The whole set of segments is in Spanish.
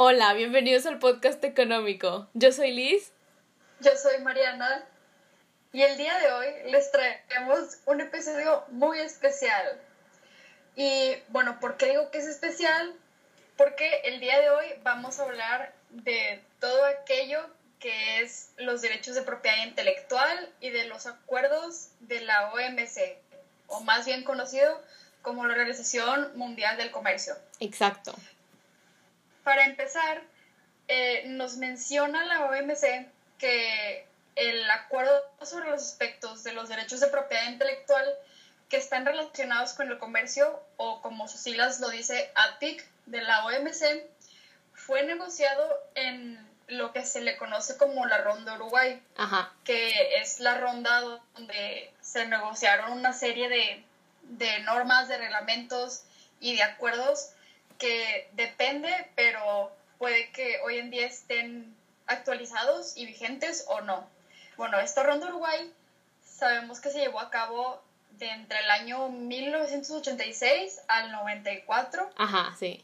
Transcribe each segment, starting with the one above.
Hola, bienvenidos al podcast económico. Yo soy Liz. Yo soy Mariana. Y el día de hoy les traemos un episodio muy especial. Y bueno, ¿por qué digo que es especial? Porque el día de hoy vamos a hablar de todo aquello que es los derechos de propiedad intelectual y de los acuerdos de la OMC, o más bien conocido como la Organización Mundial del Comercio. Exacto. Para empezar, nos menciona la OMC que el acuerdo sobre los aspectos de los derechos de propiedad intelectual que están relacionados con el comercio, o como sus siglas lo dice, APIC, de la OMC, fue negociado en lo que se le conoce como la Ronda Uruguay, que es la ronda donde se negociaron una serie de normas, de reglamentos y de acuerdos que depende, pero puede que hoy en día estén actualizados y vigentes o no. Bueno, esta Ronda Uruguay sabemos que se llevó a cabo de entre el año 1986 al 94. Ajá, sí.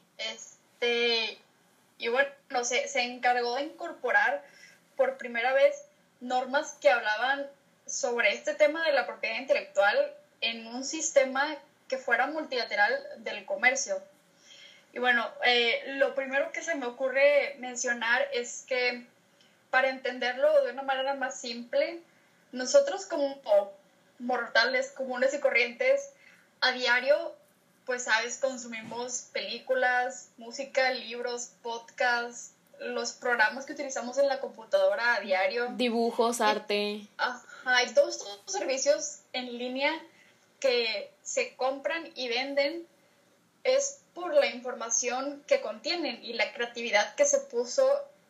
Y bueno, se encargó de incorporar por primera vez normas que hablaban sobre este tema de la propiedad intelectual en un sistema que fuera multilateral del comercio. Y bueno, lo primero que se me ocurre mencionar es que, para entenderlo de una manera más simple, nosotros como mortales comunes y corrientes, a diario, pues sabes, consumimos películas, música, libros, podcasts, los programas que utilizamos en la computadora a diario. Dibujos, arte. Hay todos estos servicios en línea que se compran y venden, es por la información que contienen y la creatividad que se puso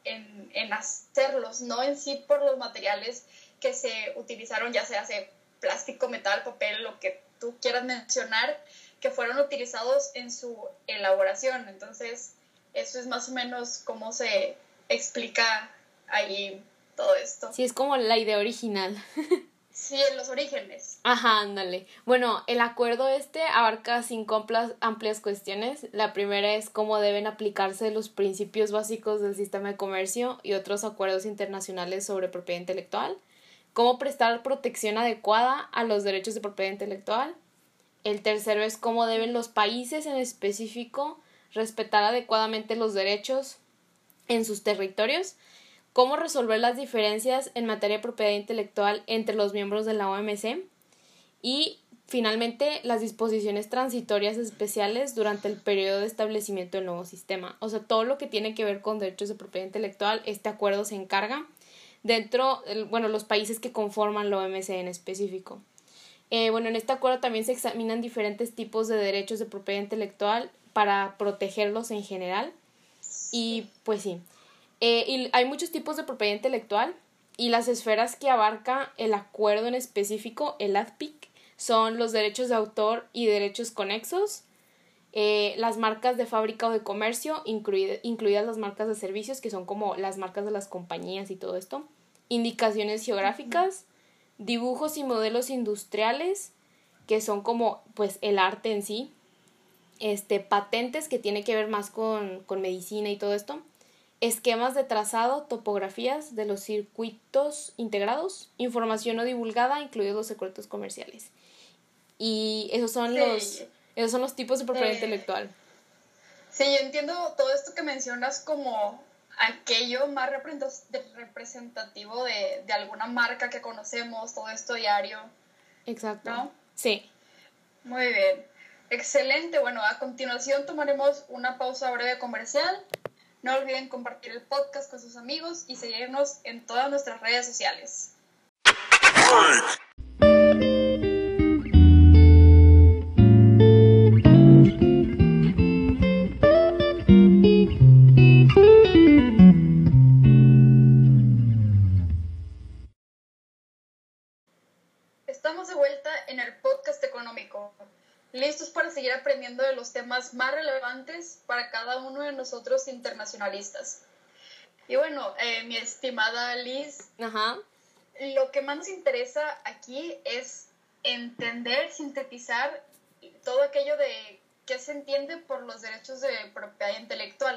en hacerlos, no en sí por los materiales que se utilizaron, ya sea plástico, metal, papel, lo que tú quieras mencionar, que fueron utilizados en su elaboración. Entonces, eso es más o menos cómo se explica ahí todo esto. Sí, es como la idea original. Sí, en los orígenes. Ajá, ándale. Bueno, el acuerdo abarca 5 amplias cuestiones. La primera es cómo deben aplicarse los principios básicos del sistema de comercio y otros acuerdos internacionales sobre propiedad intelectual. Cómo prestar protección adecuada a los derechos de propiedad intelectual. El tercero es cómo deben los países en específico respetar adecuadamente los derechos en sus territorios. Cómo resolver las diferencias en materia de propiedad intelectual entre los miembros de la OMC. Y finalmente, las disposiciones transitorias especiales durante el periodo de establecimiento del nuevo sistema. O sea, todo lo que tiene que ver con derechos de propiedad intelectual, este acuerdo se encarga dentro, los países que conforman la OMC en específico. En este acuerdo también se examinan diferentes tipos de derechos de propiedad intelectual para protegerlos en general. Y pues sí. Y hay muchos tipos de propiedad intelectual y las esferas que abarca el acuerdo en específico, el APIC, son los derechos de autor y derechos conexos, las marcas de fábrica o de comercio, incluidas las marcas de servicios, que son como las marcas de las compañías y todo esto, indicaciones geográficas, dibujos y modelos industriales, que son como pues el arte en sí, patentes, que tiene que ver más con medicina y todo esto, esquemas de trazado, topografías de los circuitos integrados, información no divulgada, incluidos los secretos comerciales. Y esos son los tipos de propiedad intelectual. Sí, yo entiendo todo esto que mencionas como aquello más representativo de alguna marca que conocemos, todo esto diario. Exacto. ¿No? Sí. Muy bien. Excelente. Bueno, a continuación tomaremos una pausa breve comercial. No olviden compartir el podcast con sus amigos y seguirnos en todas nuestras redes sociales. Estamos de vuelta en el podcast económico, listos para seguir aprendiendo de los temas más relevantes para cada uno de nosotros internacionalistas. Y bueno, mi estimada Liz, lo que más nos interesa aquí es entender, sintetizar todo aquello de qué se entiende por los derechos de propiedad intelectual.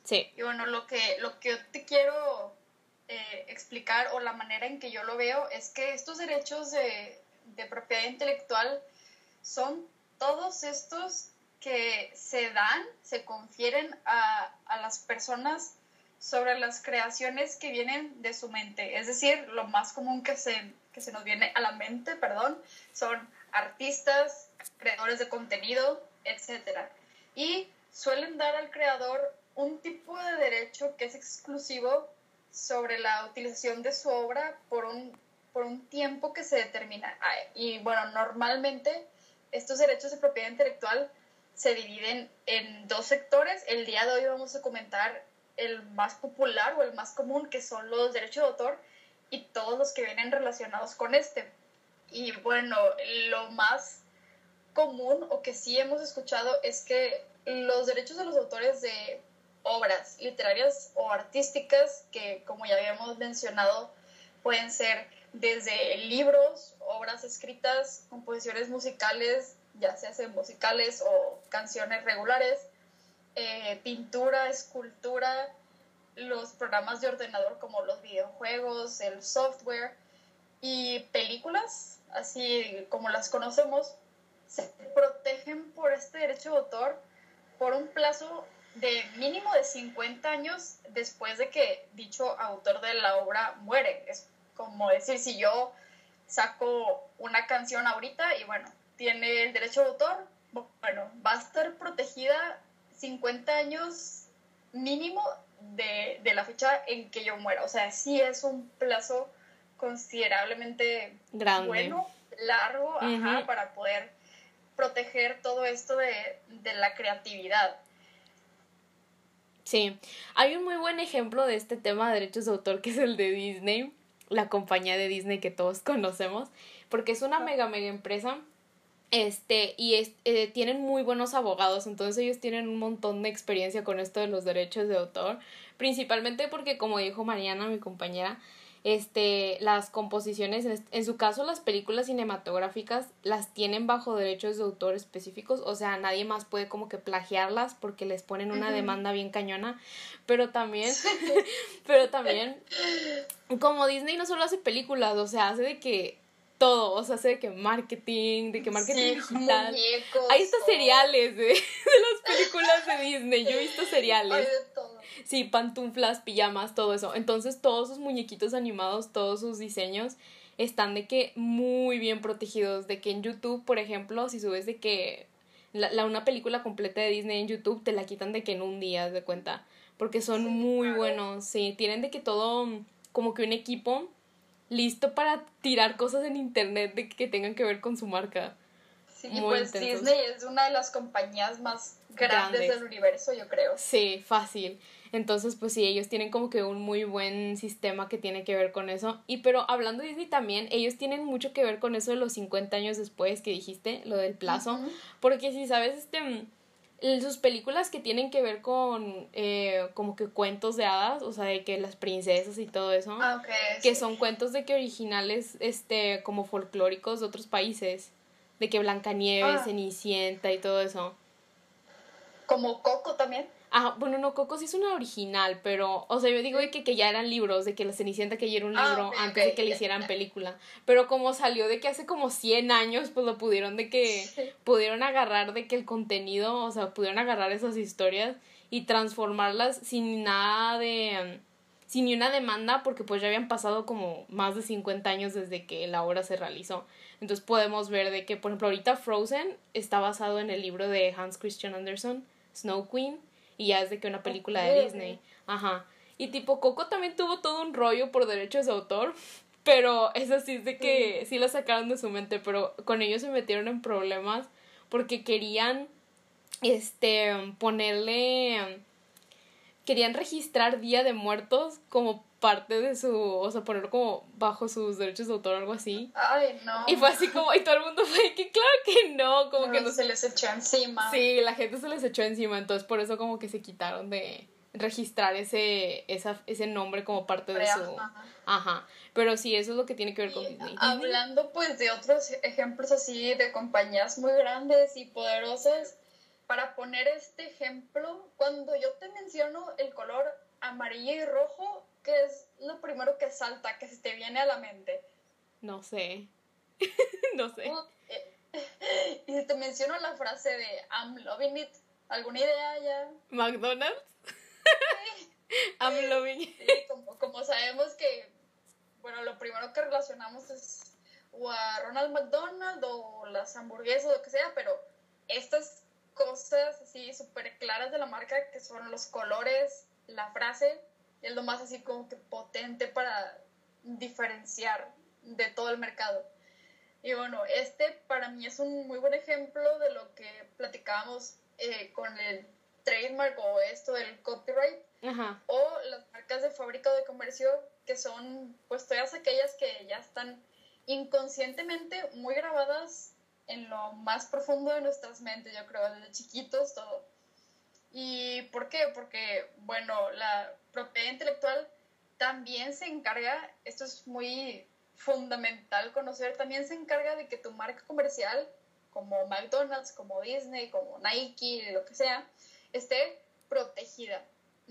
Sí. Y bueno, lo que yo te quiero explicar, o la manera en que yo lo veo, es que estos derechos de propiedad intelectual son todos estos que se confieren a las personas sobre las creaciones que vienen de su mente. Es decir, lo más común que se nos viene a la mente, son artistas, creadores de contenido, etc. Y suelen dar al creador un tipo de derecho que es exclusivo sobre la utilización de su obra por un tiempo que se determina. Y bueno, normalmente estos derechos de propiedad intelectual se dividen en dos sectores. El día de hoy vamos a comentar el más popular o el más común, que son los derechos de autor y todos los que vienen relacionados con este. Y bueno, lo más común o que sí hemos escuchado es que los derechos de los autores de obras literarias o artísticas, que como ya habíamos mencionado, pueden ser desde libros, obras escritas, composiciones musicales, ya sea musicales o canciones regulares, pintura, escultura, los programas de ordenador como los videojuegos, el software y películas, así como las conocemos, se protegen por este derecho de autor por un plazo de mínimo de 50 años después de que dicho autor de la obra muere. Es como decir, si yo saco una canción ahorita y bueno, tiene el derecho de autor, bueno, va a estar protegida 50 años mínimo de la fecha en que yo muera. O sea, sí es un plazo considerablemente grande, bueno, largo, ajá, para poder proteger todo esto de la creatividad. Sí, hay un muy buen ejemplo de este tema de derechos de autor, que es el de Disney, la compañía de Disney que todos conocemos, porque es una mega empresa, y tienen muy buenos abogados, entonces ellos tienen un montón de experiencia con esto de los derechos de autor, principalmente porque, como dijo Mariana, mi compañera, las composiciones, en su caso las películas cinematográficas, las tienen bajo derechos de autor específicos, o sea, nadie más puede como que plagiarlas porque les ponen una demanda bien cañona, pero también, como Disney no solo hace películas, o sea, hace de que todo, o sea, hace de que marketing digital. Muñecos. Hay estos seriales de las películas de Disney, yo he visto seriales. Hay de todo. Sí, pantuflas, pijamas, todo eso. Entonces, todos sus muñequitos animados, todos sus diseños están de que muy bien protegidos. De que en YouTube, por ejemplo, si subes de que una película completa de Disney en YouTube, te la quitan de que en un día, haz de cuenta. Porque son muy buenos, sí. Tienen de que todo, como que un equipo listo para tirar cosas en internet de que tengan que ver con su marca. Sí, y pues Disney es una de las compañías más grandes del universo, yo creo. Sí, fácil. Entonces, pues sí, ellos tienen como que un muy buen sistema que tiene que ver con eso. Pero hablando de Disney también, ellos tienen mucho que ver con eso de los 50 años después que dijiste, lo del plazo. Porque si sabes, sus películas que tienen que ver con como que cuentos de hadas, o sea, de que las princesas y todo eso, que son cuentos de que originales, como folclóricos de otros países, de que Blancanieves, Cenicienta y todo eso. ¿Como Coco también? Bueno, no, Coco sí es una original, pero, o sea, yo digo de que ya eran libros, de que la Cenicienta que ya era un libro antes de que le hicieran película, pero como salió de que hace como 100 años, pues lo pudieron pudieron agarrar de que el contenido, o sea, pudieron agarrar esas historias y transformarlas sin ni una demanda, porque pues ya habían pasado como más de 50 años desde que la obra se realizó. Entonces podemos ver de que, por ejemplo, ahorita Frozen está basado en el libro de Hans Christian Andersen, Snow Queen, y ya es de que una película de Disney. Ajá. Y tipo, Coco también tuvo todo un rollo por derechos de autor, pero eso sí es de que sí la sacaron de su mente, pero con ellos se metieron en problemas porque querían querían registrar Día de Muertos como parte de o sea, ponerlo como bajo sus derechos de autor o algo así. Ay, no. Y fue así como, y todo el mundo fue que claro que no, como no, que no. Se les echó encima. Sí, la gente se les echó encima, entonces por eso como que se quitaron de registrar ese nombre como parte de su... Ajá. Pero sí, eso es lo que tiene que ver con Disney. Hablando pues de otros ejemplos así de compañías muy grandes y poderosas, para poner este ejemplo, cuando yo te menciono el color amarillo y rojo, ¿qué es lo primero que salta, que se te viene a la mente? No sé. No sé. Y si te menciono la frase de I'm loving it, ¿alguna idea ya? ¿McDonald's? I'm loving it. Sí, como sabemos que, bueno, lo primero que relacionamos es o a Ronald McDonald o las hamburguesas o lo que sea, pero estas cosas así súper claras de la marca, que son los colores, la frase, es lo más así como que potente para diferenciar de todo el mercado. Y bueno, este para mí es un muy buen ejemplo de lo que platicábamos con el trademark o esto del copyright. Ajá. O las marcas de fábrica o de comercio, que son pues todas aquellas que ya están inconscientemente muy grabadas en lo más profundo de nuestras mentes, yo creo, desde chiquitos todo. ¿Y por qué? Porque, bueno, la propiedad intelectual también se encarga, esto es muy fundamental conocer, también se encarga de que tu marca comercial, como McDonald's, como Disney, como Nike, lo que sea, esté protegida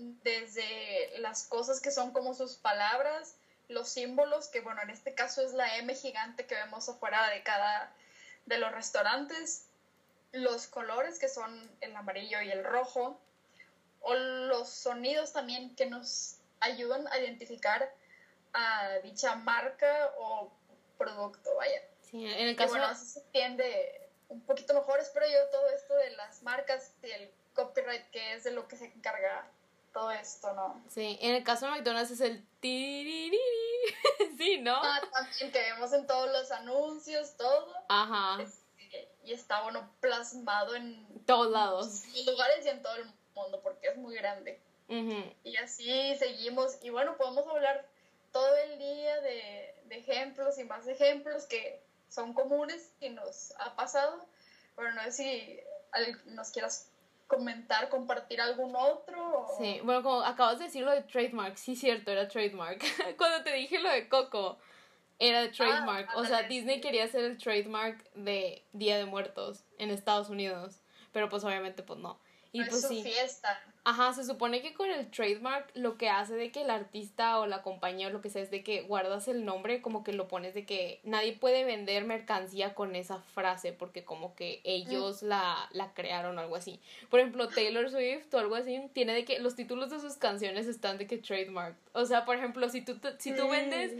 desde las cosas que son como sus palabras, los símbolos, que bueno, en este caso es la M gigante que vemos afuera de cada de los restaurantes, los colores que son el amarillo y el rojo, o los sonidos también que nos ayudan a identificar a dicha marca o producto, vaya. Sí, en el caso... Y bueno, así se entiende un poquito mejor, espero yo, todo esto de las marcas y el copyright, que es de lo que se encarga todo esto, ¿no? Sí, en el caso de McDonald's es el tiririri. Sí, ¿no? También que vemos en todos los anuncios, todo. Ajá. Y está, bueno, plasmado en todos lados, lugares y en todo el mundo, porque es muy grande. Uh-huh. Y así seguimos. Y bueno, podemos hablar todo el día de ejemplos y más ejemplos que son comunes y nos ha pasado. Pero no sé si nos quieras comentar, compartir algún otro. O... Sí, bueno, como acabas de decir lo de trademark, sí, cierto, era trademark. Cuando te dije lo de Coco, era de trademark. O sea, Disney quería hacer el trademark de Día de Muertos en Estados Unidos, pero pues obviamente pues no. Y no pues es su sí. fiesta. Ajá, se supone que con el trademark lo que hace de que el artista o la compañía o lo que sea es de que guardas el nombre, como que lo pones de que nadie puede vender mercancía con esa frase porque como que ellos la crearon o algo así. Por ejemplo, Taylor Swift o algo así tiene de que los títulos de sus canciones están de que trademark. O sea, por ejemplo, si tú vendes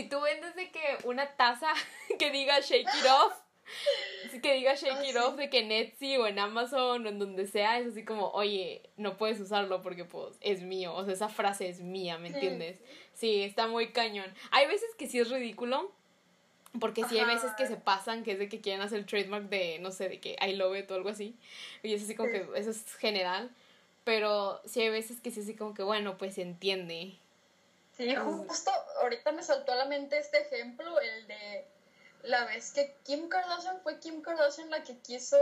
de que una taza que diga Shake It Off, que diga Shake It Off de que en Etsy o en Amazon o en donde sea, es así como, oye, no puedes usarlo porque pues es mío, o sea, esa frase es mía, ¿me entiendes? Sí, está muy cañón. Hay veces que sí es ridículo, porque sí hay veces que se pasan, que es de que quieren hacer el trademark de, no sé, de que I love it o algo así, y es así como que eso es general, pero sí hay veces que sí así como que, bueno, pues se entiende. Sí, justo ahorita me saltó a la mente este ejemplo, el de la vez que Kim Kardashian la que quiso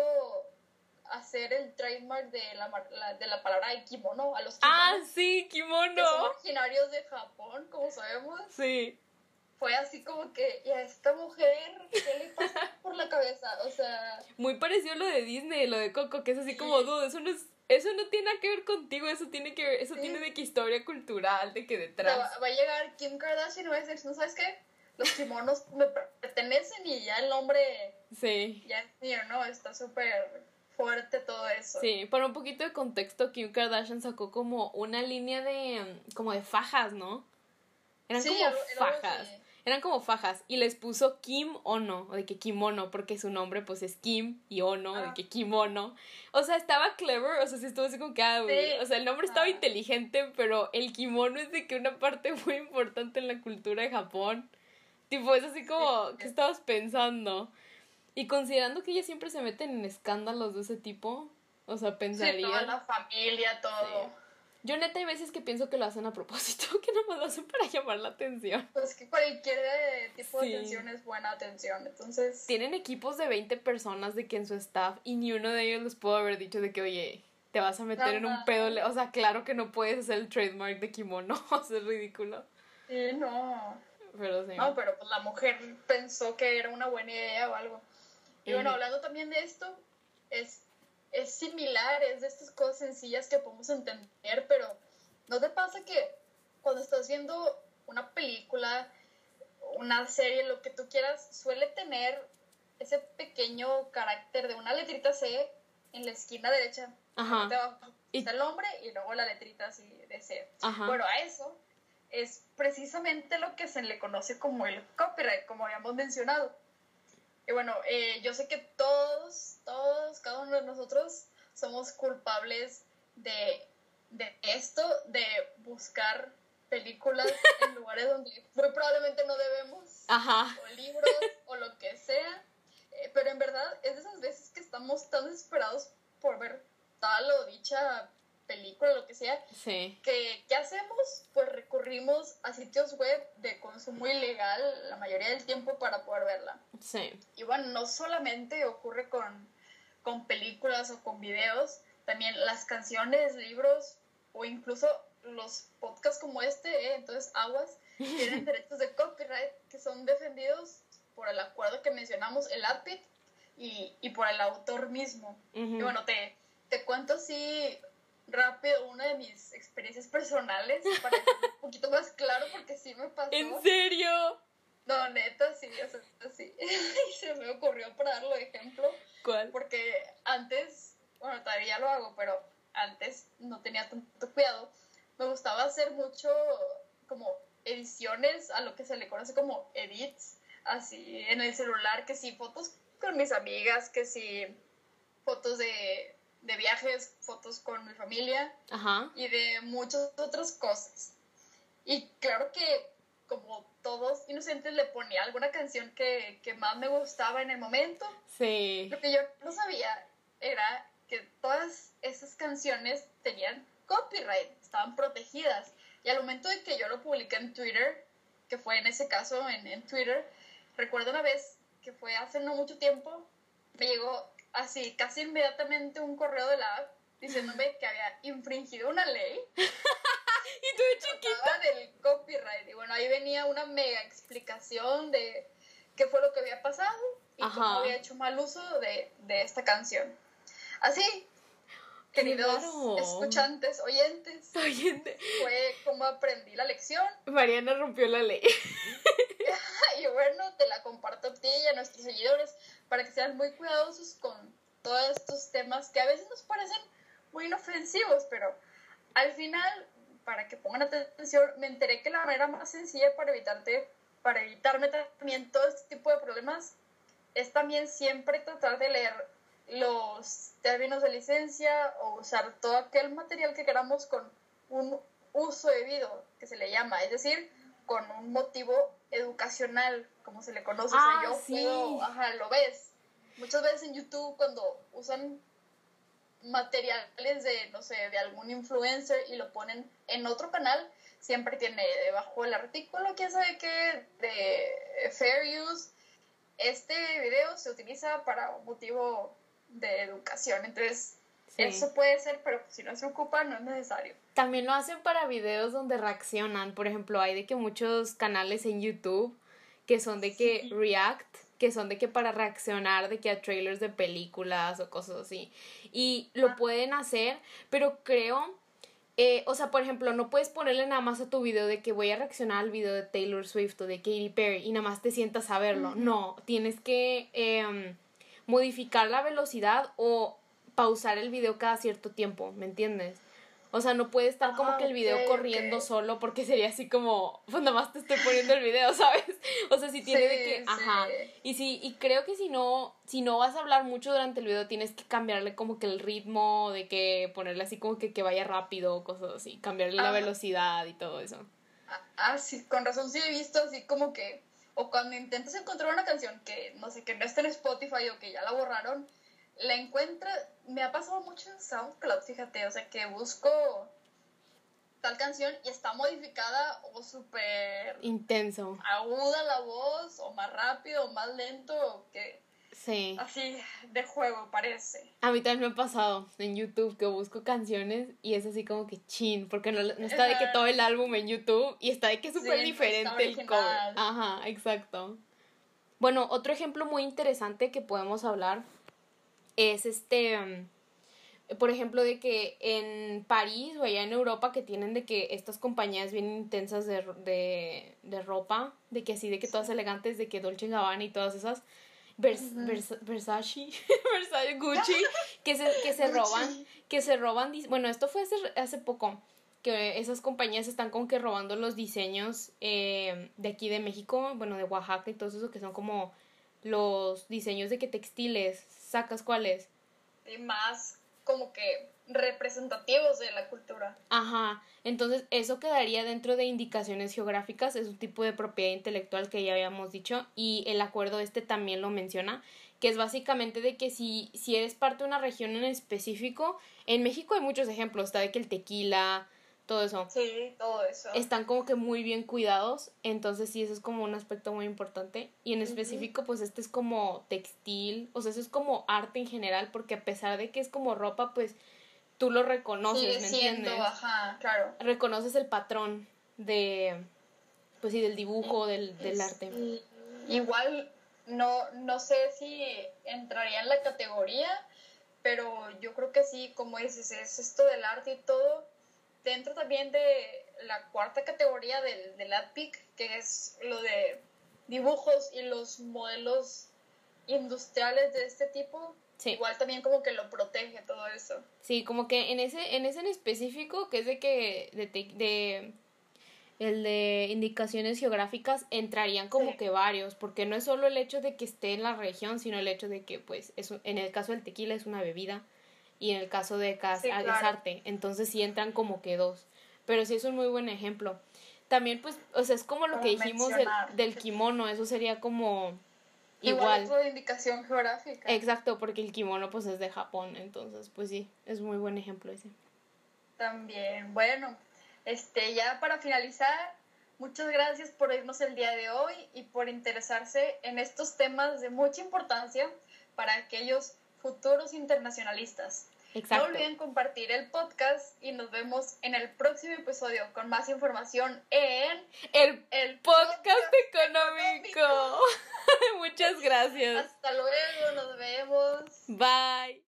hacer el trademark de la palabra de kimono a los kimonos. ¡Ah, sí, kimono! Que son originarios de Japón, como sabemos. Sí. Fue así como que, ¿y a esta mujer qué le pasa por la cabeza? O sea... Muy parecido a lo de Disney, lo de Coco, que es así como, dude, eso no tiene nada que ver contigo, eso tiene de que historia cultural, de que detrás. O sea, va a llegar Kim Kardashian y va a decir, ¿no sabes qué? Los kimonos me pertenecen y ya el nombre sí. ya es mío, ¿no? Está súper fuerte todo eso. Sí, para un poquito de contexto, Kim Kardashian sacó como una línea como de fajas, ¿no? Eran como fajas. Eran como fajas. Y les puso Kim Ono, de que kimono, porque su nombre pues es Kim y Ono, de que kimono. O sea, estaba clever, o sea, sí estuvo así como que, o sea, el nombre estaba inteligente, pero el kimono es de que una parte muy importante en la cultura de Japón. Tipo, es así como, ¿qué estabas pensando? Y considerando que ellas siempre se meten en escándalos de ese tipo, o sea, pensaría... Sí, toda la familia, todo. Sí. Yo neta hay veces que pienso que lo hacen a propósito, que nada más lo hacen para llamar la atención. Pues que cualquier tipo de atención es buena atención, entonces... Tienen equipos de 20 personas de que en su staff y ni uno de ellos les pudo haber dicho de que, oye, te vas a meter en un pedo... O sea, claro que no puedes hacer el trademark de kimono, o sea, es ridículo. Sí, no. Pero sí. No, pero pues la mujer pensó que era una buena idea o algo. Y bueno, hablando también de esto, es es similar, es de estas cosas sencillas que podemos entender, pero ¿no te pasa que cuando estás viendo una película, una serie, lo que tú quieras, suele tener ese pequeño carácter de una letrita C en la esquina derecha? Ajá. Abajo está el nombre y luego la letrita así de C. Ajá. Bueno, a eso es precisamente lo que se le conoce como el copyright, como habíamos mencionado. Y bueno, yo sé que todos, cada uno de nosotros somos culpables de esto, de buscar películas en lugares donde muy probablemente no debemos, Ajá. o libros, o lo que sea, pero en verdad es de esas veces que estamos tan desesperados por ver tal o dicha película, lo que sea, sí. que ¿qué hacemos? Pues recurrimos a sitios web de consumo ilegal la mayoría del tiempo para poder verla. Sí. Y bueno, no solamente ocurre con películas o con videos, también las canciones, libros o incluso los podcasts como este, entonces aguas, tienen derechos de copyright que son defendidos por el acuerdo que mencionamos, el ADPIT, y por el autor mismo. Y bueno, te cuento así rápido una de mis experiencias personales para que sea un poquito más claro, porque sí me pasó. ¿En serio? No, neta, sí, o sea, sí. Y se me ocurrió para darlo de ejemplo. ¿Cuál? Porque antes, bueno, todavía lo hago, pero antes no tenía tanto cuidado. Me gustaba hacer mucho como ediciones a lo que se le conoce como edits, así en el celular, que sí, fotos con mis amigas, que sí, fotos de viajes, fotos con mi familia. Ajá. Y de muchas otras cosas. Y claro que como todos inocentes le ponía alguna canción que más me gustaba en el momento. Sí. Lo que yo no sabía era que todas esas canciones tenían copyright, estaban protegidas. Y al momento de que yo lo publiqué en Twitter, que fue en ese caso en Twitter, recuerdo una vez que fue hace no mucho tiempo, me llegó así casi inmediatamente un correo de la app diciéndome que había infringido una ley. Y tú de chiquita. Del copyright. Y bueno, ahí venía una mega explicación de qué fue lo que había pasado y Ajá. cómo había hecho mal uso de esta canción. Así, queridos escuchantes, oyentes, fue como aprendí la lección. Mariana rompió la ley. Y bueno, te la comparto a ti y a nuestros seguidores para que sean muy cuidadosos con todos estos temas que a veces nos parecen muy inofensivos, pero al final, para que pongan atención, me enteré que la manera más sencilla para evitarme también todo este tipo de problemas es también siempre tratar de leer los términos de licencia o usar todo aquel material que queramos con un uso debido, que se le llama, es decir, con un motivo educacional, como se le conoce. O sea, yo puedo, lo ves. Muchas veces en YouTube cuando usan materiales de, no sé, de algún influencer y lo ponen en otro canal, siempre tiene debajo el artículo, quién sabe qué, de Fair Use. Este video se utiliza para un motivo de educación, entonces eso puede ser, pero si no se ocupa no es necesario. También lo hacen para videos donde reaccionan. Por ejemplo, hay de que muchos canales en YouTube que son de que react, que son de que para reaccionar de que a trailers de películas o cosas así. Y lo pueden hacer, pero creo, o sea, por ejemplo, no puedes ponerle nada más a tu video de que voy a reaccionar al video de Taylor Swift o de Katy Perry y nada más te sientas a verlo. No, tienes que modificar la velocidad o pausar el video cada cierto tiempo, ¿me entiendes? O sea, no puede estar como que el video corriendo solo porque sería así como, pues nada más te estoy poniendo el video, ¿sabes? O sea, si tiene de que, y creo que si no vas a hablar mucho durante el video tienes que cambiarle como que el ritmo, de que ponerle así como que vaya rápido, cosas así, cambiarle la velocidad y todo eso. Sí, con razón sí he visto así como que, o cuando intentas encontrar una canción que, no sé, que no está en Spotify o que ya la borraron, la encuentra, me ha pasado mucho en SoundCloud, fíjate, o sea, que busco tal canción y está modificada o súper intenso, aguda la voz, o más rápido, o más lento, o que así de juego parece. A mí también me ha pasado en YouTube que busco canciones y es así como que chin, porque no está de que todo el álbum en YouTube y está de que súper diferente el cover. Ajá, exacto. Bueno, otro ejemplo muy interesante que podemos hablar es por ejemplo, de que en París o allá en Europa que tienen de que estas compañías bien intensas de ropa, de que así, de que todas elegantes, de que Dolce & Gabbana y todas esas, Versace, Versace, Gucci, que se roban, bueno, esto fue hace poco, que esas compañías están como que robando los diseños de aquí de México, bueno, de Oaxaca y todo eso, que son como los diseños de que textiles, ¿sacas cuáles? Y más como que representativos de la cultura. Ajá, entonces eso quedaría dentro de indicaciones geográficas, es un tipo de propiedad intelectual que ya habíamos dicho y el acuerdo también lo menciona, que es básicamente de que si eres parte de una región en específico, en México hay muchos ejemplos, está de que el tequila, todo eso. Sí, todo eso. Están como que muy bien cuidados, entonces sí, eso es como un aspecto muy importante. Y en específico, pues este es como textil, o sea, eso es como arte en general, porque a pesar de que es como ropa, pues tú lo reconoces, sigue ¿me siendo, entiendes? ajá, claro. Reconoces el patrón de, pues sí, del dibujo, del arte. Igual, no sé si entraría en la categoría, pero yo creo que sí, como dices, es esto del arte y todo. Dentro también de la cuarta categoría del ADPIC, que es lo de dibujos y los modelos industriales de este tipo, sí. Igual también como que lo protege todo eso. Sí, como que en ese en específico, que es de que el de indicaciones geográficas, entrarían como que varios, porque no es solo el hecho de que esté en la región, sino el hecho de que, pues, en el caso del tequila es una bebida y en el caso de sí, claro. es arte, entonces sí entran como que dos, pero sí es un muy buen ejemplo. También, pues, o sea, es como lo que dijimos del kimono, eso sería como igual otro de indicación geográfica. Exacto, porque el kimono pues es de Japón, entonces pues sí, es muy buen ejemplo ese. También, bueno, ya para finalizar, muchas gracias por irnos el día de hoy y por interesarse en estos temas de mucha importancia para aquellos futuros internacionalistas. Exacto. No olviden compartir el podcast y nos vemos en el próximo episodio con más información en el podcast económico. Muchas gracias. Hasta luego, nos vemos. Bye.